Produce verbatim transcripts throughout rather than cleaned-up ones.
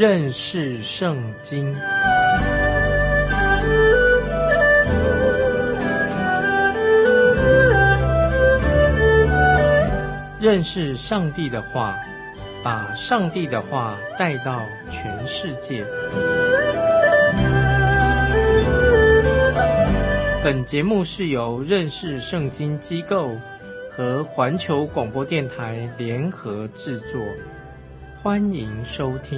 认识圣经。认识上帝的话，把上帝的话带到全世界。本节目是由认识圣经机构和环球广播电台联合制作，欢迎收听。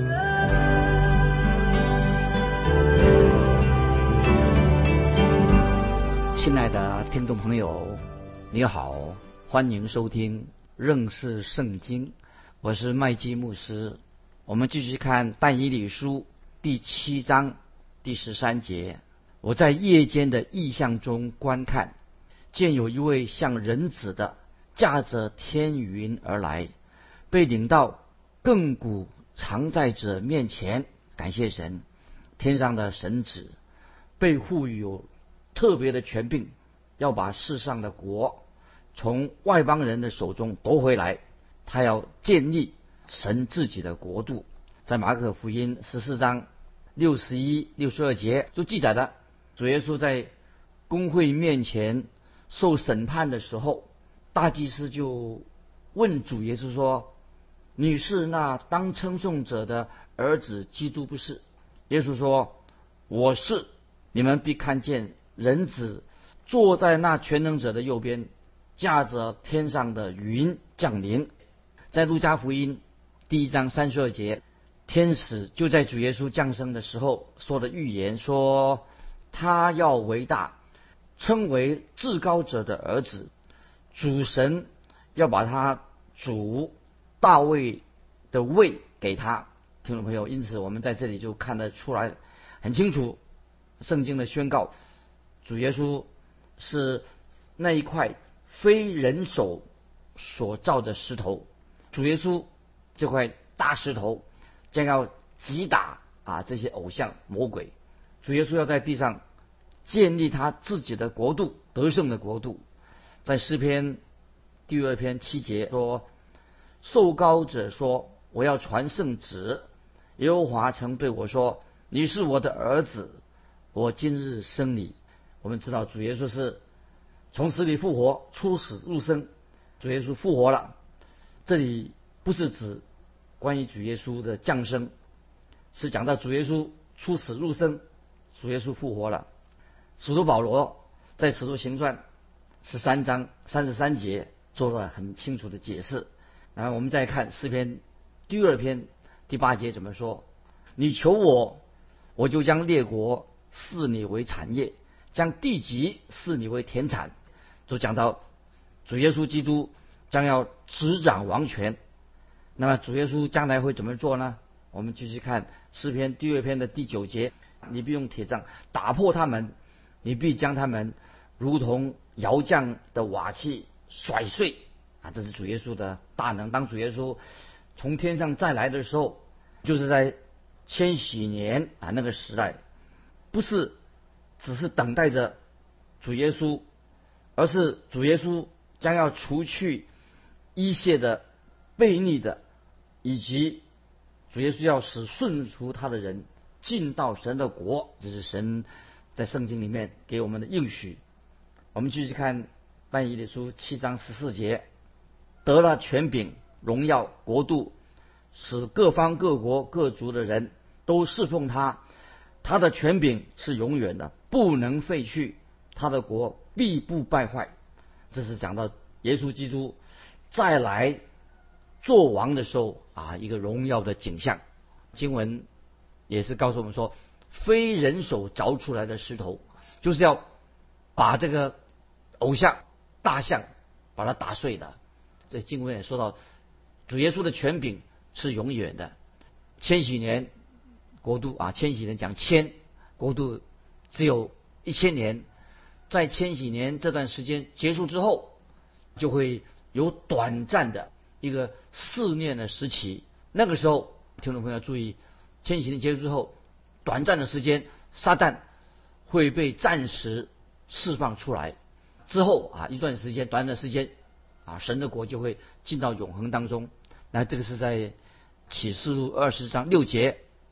亲爱的听众朋友，你好，欢迎收听认识圣经，我是麦基牧师。我们继续看但以理书第七章第十三节。我在夜间的异象中观看，见有一位像人子的驾着天云而来，被领到亘古常在者面前。感谢神，天上的神子被赋予有特别的权柄，要把世上的国从外邦人的手中夺回来，他要建立神自己的国度。在马可福音十四章六十一、六十二节就记载的，主耶稣在公会面前受审判的时候，大祭司就问主耶稣说：你是那当称颂者的儿子基督不是？耶稣说：我是。你们必看见人子坐在那全能者的右边，驾着天上的云降临。在路加福音第一章三十二节，天使就在主耶稣降生的时候说的预言，说他要为大，称为至高者的儿子，主神要把他主大卫的位给他。听众朋友，因此我们在这里就看得出来很清楚，圣经的宣告，主耶稣是那一块非人手所造的石头。主耶稣这块大石头将要击打啊这些偶像魔鬼。主耶稣要在地上建立他自己的国度，得胜的国度。在诗篇第二篇七节说：受膏者说，我要传圣旨。耶和华曾对我说：你是我的儿子，我今日生你。我们知道主耶稣是从死里复活，出死入生。主耶稣复活了，这里不是指关于主耶稣的降生，是讲到主耶稣出死入生，主耶稣复活了。使徒保罗在使徒行传十三章三十三节做了很清楚的解释。然后我们再看诗篇第二篇第八节怎么说：你求我，我就将列国视你为产业，将地级视你为田产。就讲到主耶稣基督将要执掌王权。那么主耶稣将来会怎么做呢？我们继续看诗篇第二篇的第九节：你必用铁杖打破他们，你必将他们如同窑匠的瓦器甩碎。啊，这是主耶稣的大能。当主耶稣从天上再来的时候，就是在千禧年啊那个时代，不是只是等待着主耶稣，而是主耶稣将要除去一切的悖逆的，以及主耶稣要使顺服他的人进到神的国。这是神在圣经里面给我们的应许。我们继续看但以理书七章十四节：得了权柄、荣耀、国度，使各方各国各族的人都侍奉他。他的权柄是永远的，不能废去，他的国必不败坏。这是讲到耶稣基督再来做王的时候啊，一个荣耀的景象。经文也是告诉我们说，非人手凿出来的石头，就是要把这个偶像大象把它打碎的。这经文也说到，主耶稣的权柄是永远的。千禧年国度啊，千禧年讲千国度只有一千年，在千禧年这段时间结束之后，就会有短暂的一个试炼的时期。那个时候，听众朋友注意，千禧年结束之后，短暂的时间，撒旦会被暂时释放出来。之后啊，一段时间，短的时间啊，神的国就会进到永恒当中。那这个是在启示录二十章六节，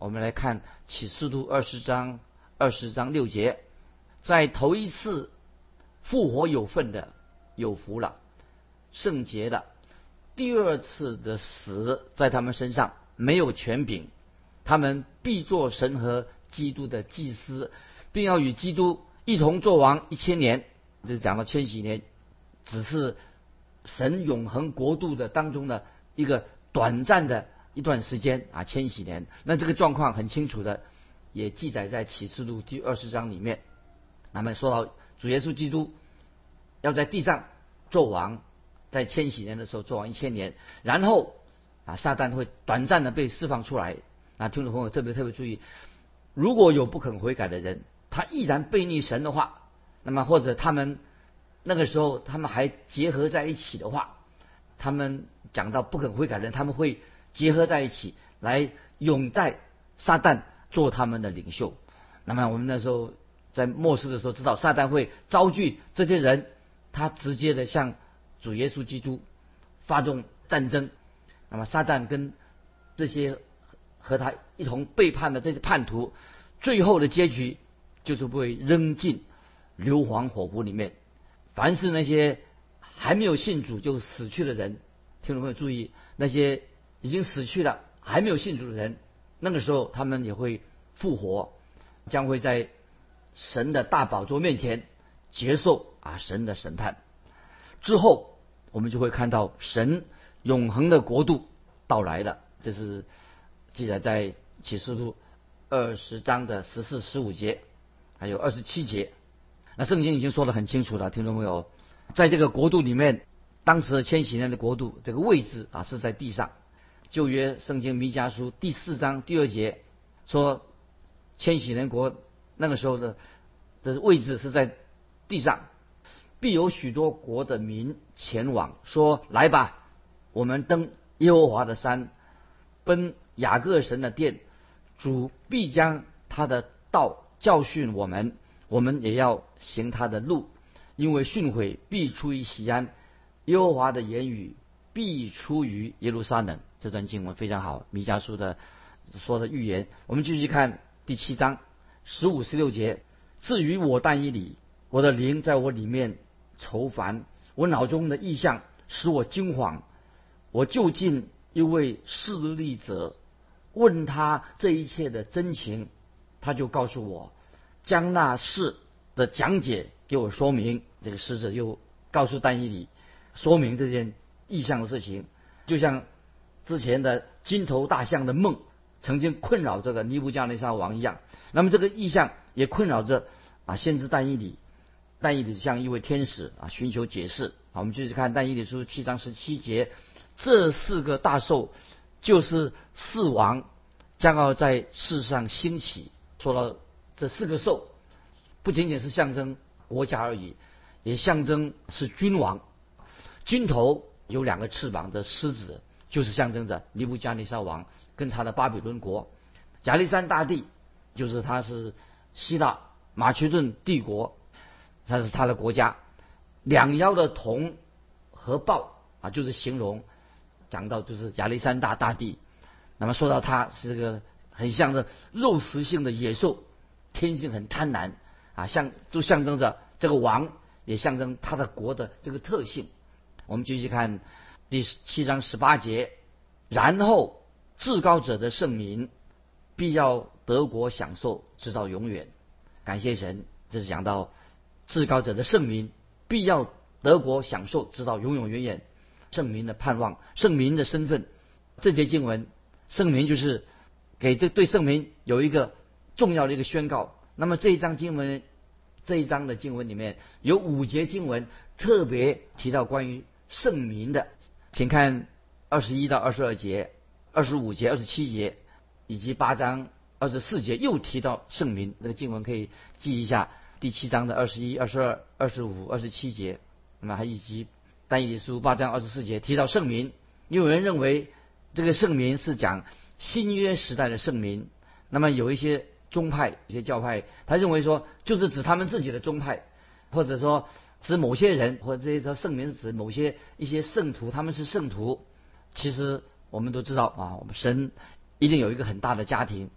我们来看启示录二十章二十章六节，在头一次复活有份的有福了，圣洁的；第二次的死在他们身上没有权柄，他们必做神和基督的祭司，并要与基督一同作王一千年。这讲到千禧年，只是神永恒国度的当中的一个短暂的一段时间啊，千禧年。那这个状况很清楚的，也记载在启示录第二十章里面。那么说到主耶稣基督要在地上做王，在千禧年的时候做王一千年，然后啊，撒旦会短暂的被释放出来。啊，听众朋友特别特别注意，如果有不肯悔改的人，他依然背逆神的话，那么或者他们那个时候他们还结合在一起的话，他们讲到不肯悔改的人，他们会结合在一起来拥戴撒旦做他们的领袖。那么我们那时候在末世的时候知道，撒旦会招聚这些人，他直接的向主耶稣基督发动战争。那么撒旦跟这些和他一同背叛的这些叛徒，最后的结局就是被扔进硫磺火湖里面。凡是那些还没有信主就死去的人，听众朋友注意，那些已经死去了还没有信主的人，那个时候他们也会复活，将会在神的大宝座面前接受啊神的审判。之后我们就会看到神永恒的国度到来了。这是记载在启示录二十章的十四、十五节，还有二十七节。那圣经已经说得很清楚了，听众朋友，在这个国度里面，当时的千禧年的国度这个位置啊是在地上。旧约圣经弥迦书第四章第二节说，千禧年国那个时候的的位置是在地上，必有许多国的民前往，说来吧，我们登耶和华的山，奔雅各神的殿，主必将他的道教训我们，我们也要行他的路，因为训诲必出于锡安，耶和华的言语必出于耶路撒冷。这段经文非常好，弥迦书的说的预言。我们继续看第七章十五、十六节。至于我但以理，我的灵在我里面愁烦，我脑中的意象使我惊惶。我就近一位势利者，问他这一切的真情，他就告诉我，将那事的讲解给我说明。这个使者就告诉但以理说明这件异象的事情，就像之前的金头大象的梦曾经困扰这个尼布加内撒王一样。那么这个异象也困扰着啊先知但以理。但以理向一位天使啊寻求解释。好，我们继续看但以理书七章十七节，这四个大兽就是四王将要在世上兴起。说到这四个兽，不仅仅是象征国家而已，也象征是君王。金头有两个翅膀的狮子，就是象征着尼布加尼撒王跟他的巴比伦国。亚历山大帝就是他是希腊马其顿帝国，他是他的国家。两腰的铜和豹啊，就是形容讲到就是亚历山大大帝。那么说到他是个很像着肉食性的野兽，天性很贪婪啊，像就象征着这个王，也象征他的国的这个特性。我们继续看第七章十八节，然后至高者的圣民必要得国享受直到永远。感谢神，这是讲到至高者的圣民必要得国享受直到永永远远，圣民的盼望，圣民的身份。这节经文，圣民就是给这对圣民有一个重要的一个宣告。那么这一章经文，这一章的经文里面有五节经文特别提到关于圣民的，请看二十一到二十二节、二十五节、二十七节，以及八章二十四节又提到圣民。这个经文可以记一下，第七章的二十一、二十二、二十五、二十七节，那么还以及但以理书八章二十四节提到圣民。有人认为这个圣民是讲新约时代的圣民，那么有一些宗派、一些教派，他认为说就是指他们自己的宗派，或者说指某些人，或者这些圣民是指某些一些圣徒，他们是圣徒。其实我们都知道啊，我们神一定有一个很大的家庭，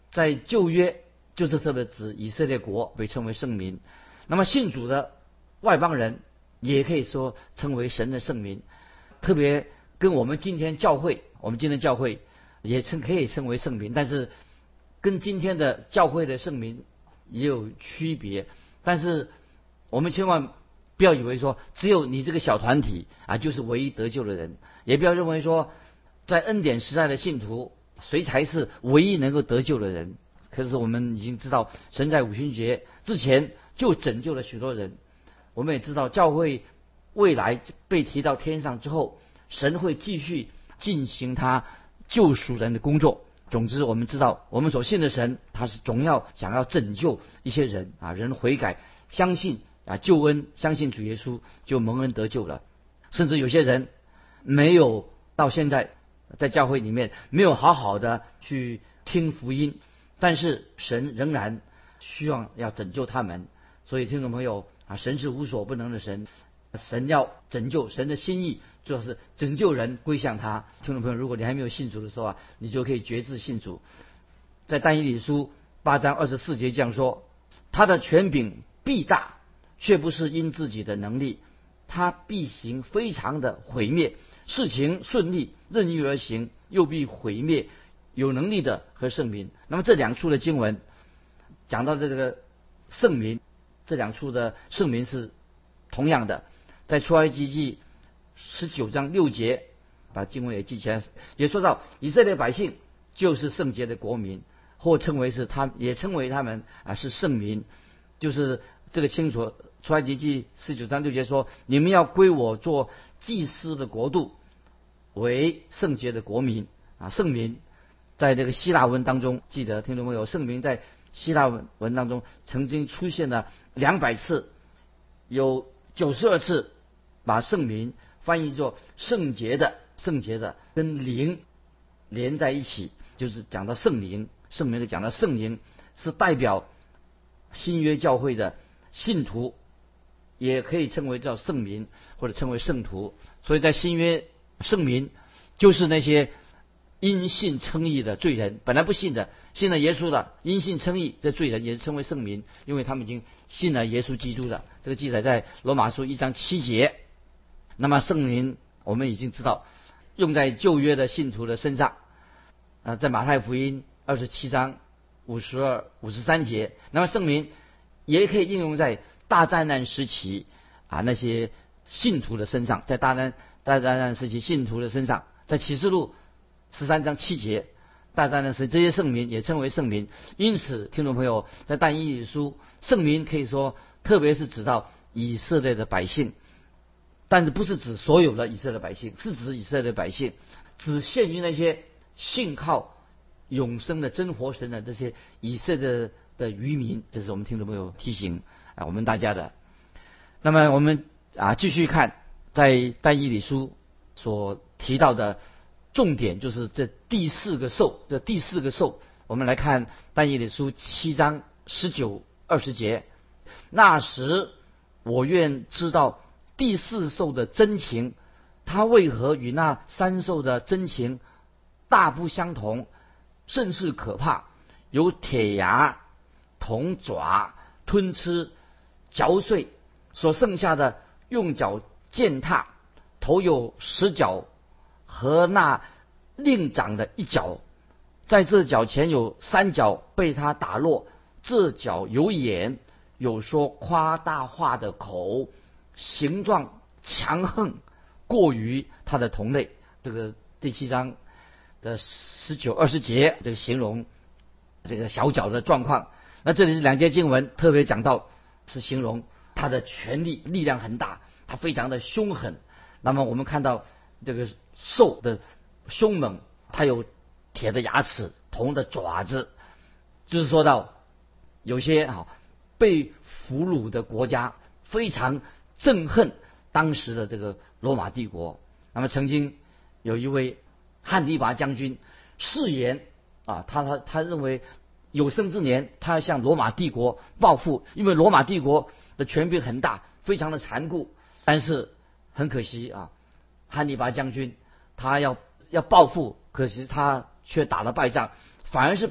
在旧约就是特别指以色列国被称为圣民，那么信主的外邦人也可以说称为神的圣民，特别跟我们今天教会，我们今天教会也称可以称为圣民，但是跟今天的教会的圣民也有区别。但是我们千万不要以为说只有你这个小团体啊就是唯一得救的人，也不要认为说在恩典时代的信徒谁才是唯一能够得救的人。可是我们已经知道，神在五旬节之前就拯救了许多人。我们也知道，教会未来被提到天上之后，神会继续进行他救赎人的工作。总之，我们知道，我们所信的神，他是总要想要拯救一些人啊，人悔改，相信啊救恩，相信主耶稣就蒙恩得救了。甚至有些人没有到现在在教会里面没有好好的去听福音，但是神仍然希望要拯救他们。所以听众朋友啊，神是无所不能的神，神要拯救，神的心意就是拯救人归向他。听众朋友，如果你还没有信主的时候啊，你就可以决志信主。在但以理书八章二十四节这样说，他的权柄必大，却不是因自己的能力，他必行非常的毁灭，事情顺利，任意而行，又必毁灭有能力的和圣民。那么这两处的经文讲到的这个圣民，这两处的圣民是同样的。在出埃及记十九章六节，把经文也记起来，也说到以色列百姓就是圣洁的国民，或称为是他，也称为他们啊是圣民，就是这个清楚。出埃及记十九章六节说，你们要归我做祭司的国度，为圣洁的国民啊，圣民。在这个希腊文当中，记得听众朋友，圣民在希腊文文当中曾经出现了两百次，有九十二次把圣民翻译作圣洁的，圣洁的跟灵连在一起，就是讲到圣灵，圣名里讲到圣灵是代表新约教会的信徒，也可以称为叫圣民或者称为圣徒。所以在新约圣民就是那些因信称义的罪人，本来不信的，信了耶稣的，因信称义，这罪人也是称为圣民，因为他们已经信了耶稣基督的。这个记载在罗马书一章七节。那么圣民我们已经知道用在旧约的信徒的身上，呃，在马太福音二十七章五十二、五十三节。那么圣民也可以应用在大灾难时期啊那些信徒的身上，在大难大灾难时期信徒的身上，在启示录十三章七节，大灾难时这些圣民也称为圣民。因此听众朋友，在但以理书，圣民可以说特别是指到以色列的百姓，但是不是指所有的以色列百姓，是指以色列百姓，只限于那些信靠永生的真活神的这些以色列的渔民。这是我们听众朋友提醒啊我们大家的。那么我们啊继续看在但以理书所提到的重点，就是这第四个兽，这第四个兽，我们来看但以理书七章十九、二十节。那时我愿知道第四兽的真情，它为何与那三兽的真情大不相同，甚是可怕，有铁牙、铜爪，吞吃、嚼碎，所剩下的用脚践踏，头有十角，和那另长的一角，在这角前有三角被他打落，这角有眼，有说夸大话的口，形状强横，过于他的同类。这个第七章的十九、二十节，这个形容这个小角的状况。那这里是两节经文特别讲到，是形容他的权力力量很大，他非常的凶狠。那么我们看到这个兽的凶猛，它有铁的牙齿、铜的爪子，就是说到有些啊被俘虏的国家非常憎恨当时的这个罗马帝国。那么曾经有一位汉尼拔将军誓言啊，他他他认为有生之年他要向罗马帝国报复，因为罗马帝国的权柄很大，非常的残酷。但是很可惜啊，汉尼拔将军他要要报复，可惜他却打了败仗，反而是被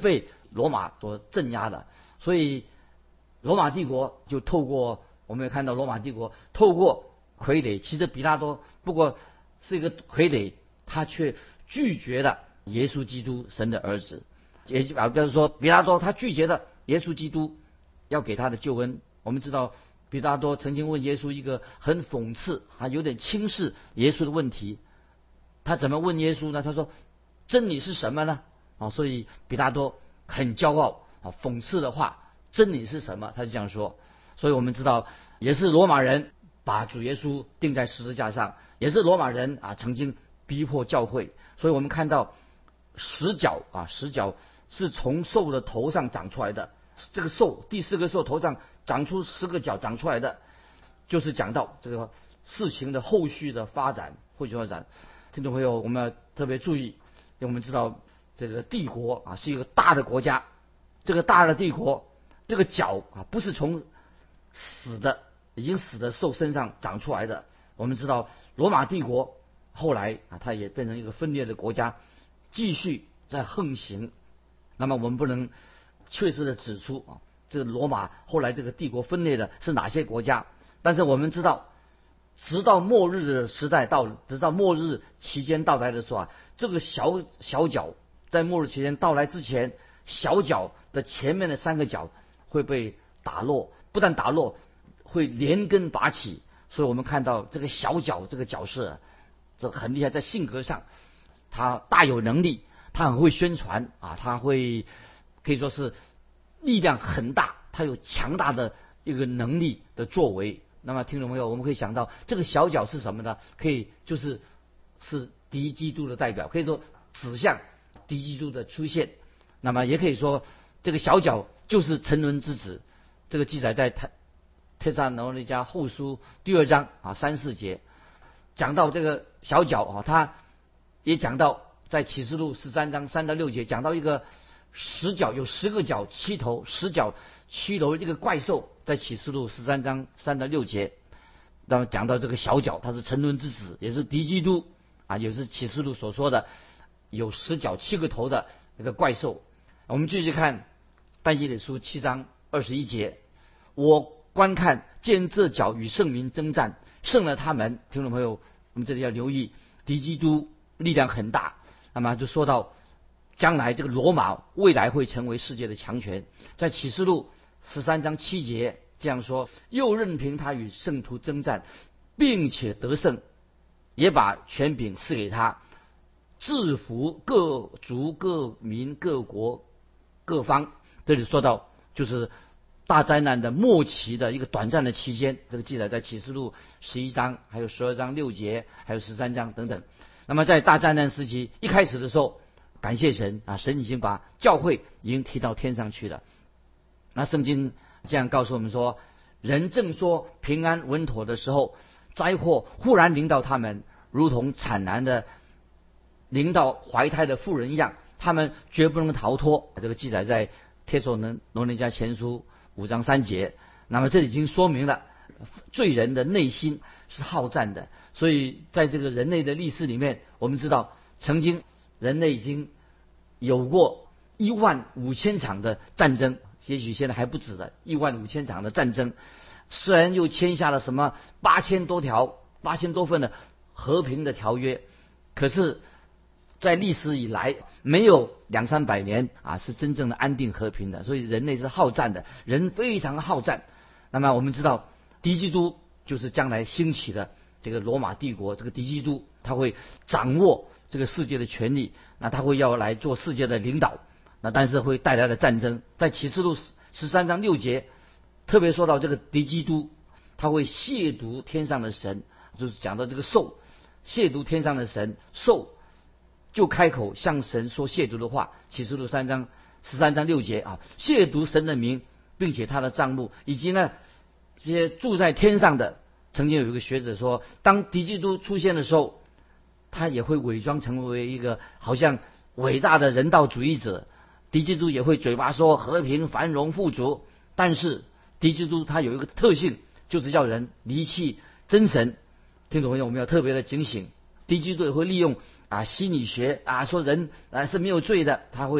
罗马所镇压的。所以罗马帝国就透过，我们也看到罗马帝国透过傀儡，其实比拉多不过是一个傀儡，他却拒绝了耶稣基督神的儿子，也就表示说比拉多他拒绝了耶稣基督要给他的救恩。我们知道比拉多曾经问耶稣一个很讽刺还有点轻视耶稣的问题，他怎么问耶稣呢？他说真理是什么呢？啊，所以比拉多很骄傲啊，讽刺的话，真理是什么？他就这样说。所以我们知道也是罗马人把主耶稣钉在十字架上，也是罗马人啊曾经逼迫教会。所以我们看到十角啊，十角是从兽的头上长出来的，这个兽第四个兽头上长出十个角长出来的，就是讲到这个事情的后续的发展，后续发展。听众朋友，我们要特别注意，因为我们知道这个帝国啊是一个大的国家，这个大的帝国，这个角啊不是从死的已经死的兽身上长出来的。我们知道罗马帝国后来啊，它也变成一个分裂的国家，继续在横行。那么我们不能确实的指出啊，这个罗马后来这个帝国分裂的是哪些国家，但是我们知道，直到末日的时代到了，直到末日期间到来的时候啊，这个小小角在末日期间到来之前，小角的前面的三个角会被打落，不但打落，会连根拔起。所以我们看到这个小角这个角色，这很厉害，在性格上他大有能力，他很会宣传啊，他会可以说是力量很大，他有强大的一个能力的作为。那么听众朋友，我们可以想到这个小角是什么呢？可以就是是敌基督的代表，可以说指向敌基督的出现。那么也可以说这个小角就是沉沦之子，这个记载在帖撒罗尼迦后书第二章啊三四节，讲到这个小角啊，他也讲到在启示录十三章三到六节，讲到一个十角有十个角七头十角七头这个怪兽，在启示录十三章三到六节，那么讲到这个小角，他是沉沦之子，也是敌基督啊，也是启示录所说的有十角七个头的那个怪兽。我们继续看但以理书七章二十一节，我观看见这角与圣民征战，胜了他们。听众朋友，我们这里要留意，敌基督力量很大。那么就说到将来这个罗马未来会成为世界的强权，在启示录十三章七节这样说，又任凭他与圣徒征战，并且得胜，也把权柄赐给他，制服各族各民各国各方。这里说到就是大灾难的末期的一个短暂的期间，这个记载在启示录十一章还有十二章六节还有十三章等等。那么在大灾难时期一开始的时候，感谢神啊，神已经把教会已经提到天上去了。那圣经这样告诉我们说，人正说平安稳妥的时候，灾祸忽然临到他们，如同产难的临到怀胎的妇人一样，他们绝不能逃脱。这个记载在帖撒罗尼迦前书五章三节。那么这已经说明了罪人的内心是好战的。所以在这个人类的历史里面，我们知道曾经人类已经有过一万五千场的战争，也许现在还不止的一万五千场的战争。虽然又签下了什么八千多条八千多份的和平的条约，可是在历史以来没有两三百年啊是真正的安定和平的。所以人类是好战的，人非常好战。那么我们知道敌基督就是将来兴起的这个罗马帝国，这个敌基督他会掌握这个世界的权力，那他会要来做世界的领导，那但是会带来的战争。在启示录十三章六节特别说到这个敌基督他会亵渎天上的神，就是讲到这个兽亵渎天上的神，兽就开口向神说亵渎的话。启示录三章十三章六节啊，亵渎神的名，并且他的帐幕，以及呢这些住在天上的。曾经有一个学者说，当敌基督出现的时候，他也会伪装成为一个好像伟大的人道主义者。敌基督也会嘴巴说和平繁荣富足，但是敌基督他有一个特性，就是叫人离弃真神。听众朋友，我们要特别的警醒，敌基督也会利用啊心理学啊说人啊是没有罪的，他会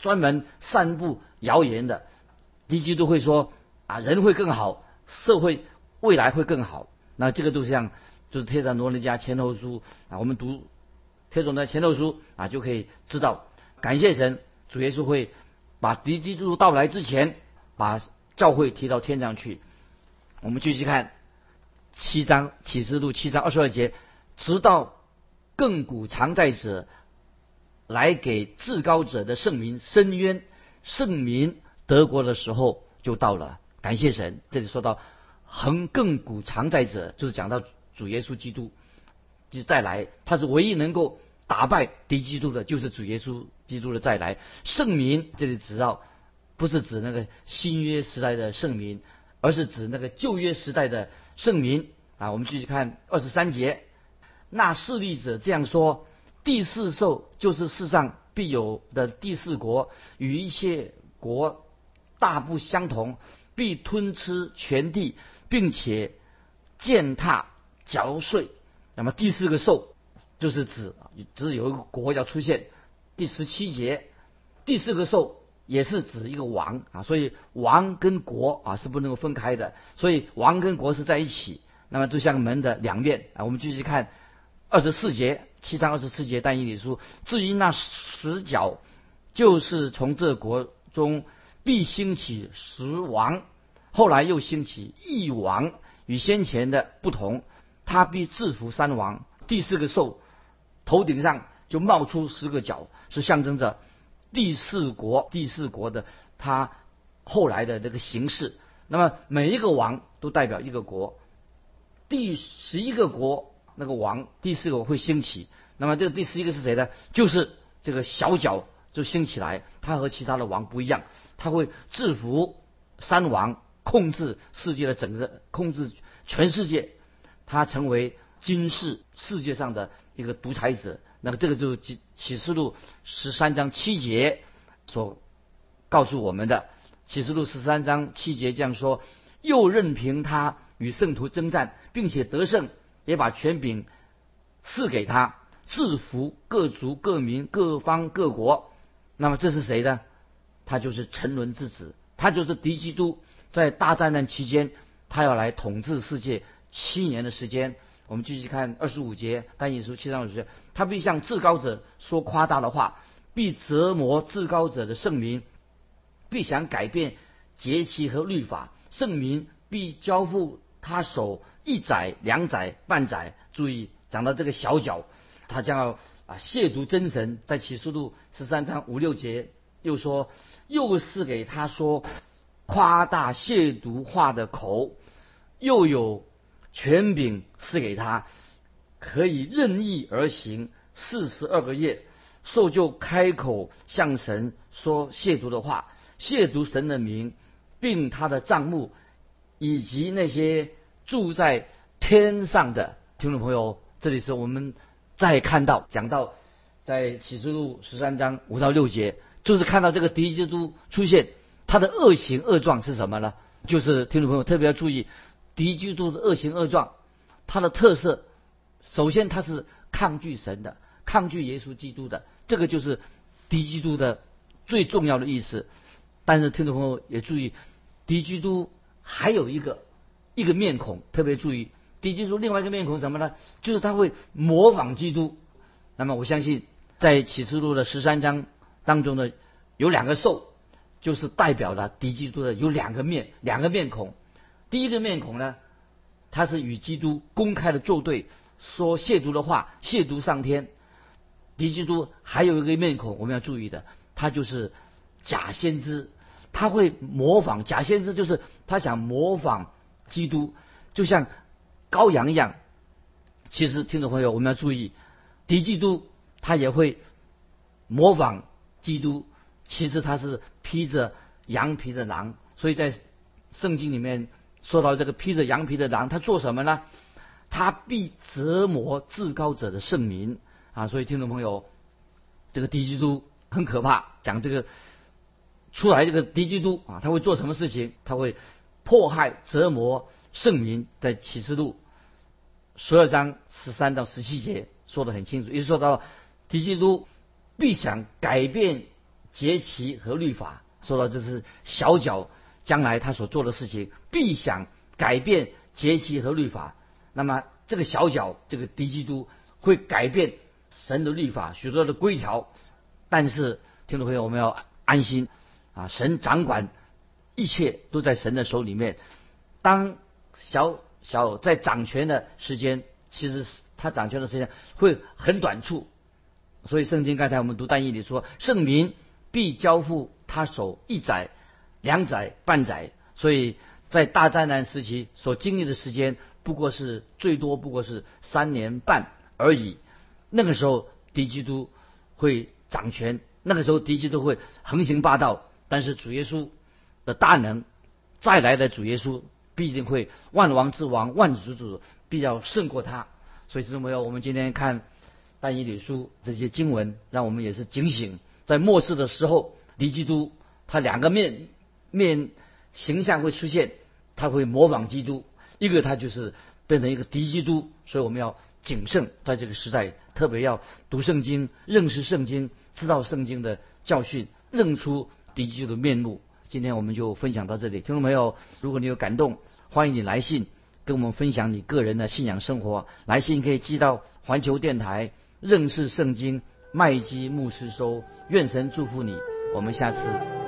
专门散布谣言的。敌基督会说啊，人会更好，社会未来会更好。那这个都是像就是帖撒罗尼迦前后书啊，我们读帖撒罗尼迦前后书啊，就可以知道，感谢神，主耶稣会把敌基督到来之前，把教会提到天上去。我们继续看七章启示录七章二十二节，直到亘古常在者来给至高者的圣民伸冤，圣民得国的时候就到了。感谢神，这里说到恒亘古常在者，就是讲到主耶稣基督就再来，他是唯一能够打败敌基督的，就是主耶稣基督的再来。圣民这里指到不是指那个新约时代的圣民，而是指那个旧约时代的圣民啊。我们继续看二十三节，那势力者这样说，第四兽就是世上必有的第四国，与一切国大不相同，必吞吃全地，并且践踏嚼碎。那么第四个兽就是指只有一个国要出现。第十七节，第四个兽也是指一个王啊，所以王跟国啊是不能够分开的，所以王跟国是在一起，那么就像门的两面啊。我们继续看二十四节，七章二十四节但以理书，至于那十角，就是从这国中必兴起十王，后来又兴起一王，与先前的不同，他必制服三王。第四个兽头顶上就冒出十个角，是象征着第四国第四国的他后来的这个形式。那么每一个王都代表一个国，第十一个国那个王第四个会兴起，那么这个第十一个是谁呢？就是这个小角就兴起来，他和其他的王不一样，他会制服三王，控制世界的整个，控制全世界，他成为今世世界上的一个独裁者。那么这个就是启示录十三章七节所告诉我们的。启示录十三章七节这样说，又任凭他与圣徒征战，并且得胜，也把权柄赐给他，制服各族各民各方各国。那么这是谁呢？他就是沉沦之子，他就是敌基督。在大灾难期间，他要来统治世界七年的时间。我们继续看二十五节，但以理书七章二十节，他必向至高者说夸大的话，必折磨至高者的圣民，必想改变节期和律法，圣民必交付他手一载两载半载。注意讲到这个小角，他将要啊亵渎真神。在启示录十三章五六节又说，又是给他说夸大亵渎话的口，又有权柄赐给他，可以任意而行四十二个月，兽就开口向神说亵渎的话，亵渎神的名，并他的帐幕，以及那些住在天上的。听众朋友，这里是我们再看到讲到在启示录十三章五到六节，就是看到这个敌基督出现，他的恶行恶状是什么呢？就是听众朋友特别要注意，敌基督的恶行恶状，他的特色，首先他是抗拒神的，抗拒耶稣基督的，这个就是敌基督的最重要的意思。但是听众朋友也注意，敌基督还有一个一个面孔，特别注意，敌基督另外一个面孔是什么呢？就是他会模仿基督。那么我相信在启示录的十三章当中呢，有两个兽，就是代表了敌基督的有两个面两个面孔。第一个面孔呢，他是与基督公开的作对，说亵渎的话，亵渎上天。敌基督还有一个面孔我们要注意的，他就是假先知，他会模仿，假先知就是他想模仿基督，就像羔羊一样。其实听众朋友我们要注意，敌基督他也会模仿基督，其实他是披着羊皮的狼。所以在圣经里面说到这个披着羊皮的狼，他做什么呢？他必折磨至高者的圣民啊！所以听众朋友，这个敌基督很可怕。讲这个出来这个敌基督啊，他会做什么事情？他会迫害折磨圣民。在启示录十二章十三到十七节说得很清楚，也就是说到敌基督必想改变节期和律法，说到这是小角将来他所做的事情，必想改变节期和律法。那么这个小角，这个敌基督会改变神的律法，许多的规条。但是听众朋友，我们要安心啊，神掌管一切，都在神的手里面。当小小在掌权的时间，其实他掌权的时间会很短促。所以圣经刚才我们读但以理说，圣民必交付他手一载、两载、半载。所以在大灾难时期所经历的时间，不过是最多不过是三年半而已。那个时候敌基督会掌权，那个时候敌基督会横行霸道，但是主耶稣的大能，再来的主耶稣必定会万王之王、万主之主，必要胜过他。所以听众朋友，我们今天看但以理书这些经文，让我们也是警醒，在末世的时候，敌基督他两个面面形象会出现，他会模仿基督，一个他就是变成一个敌基督。所以我们要谨慎，在这个时代特别要读圣经，认识圣经，知道圣经的教训，认出敌基督的面目。今天我们就分享到这里，听众朋友，如果你有感动，欢迎你来信跟我们分享你个人的信仰生活。来信可以寄到环球电台认识圣经麦基牧师收。愿神祝福你，我们下次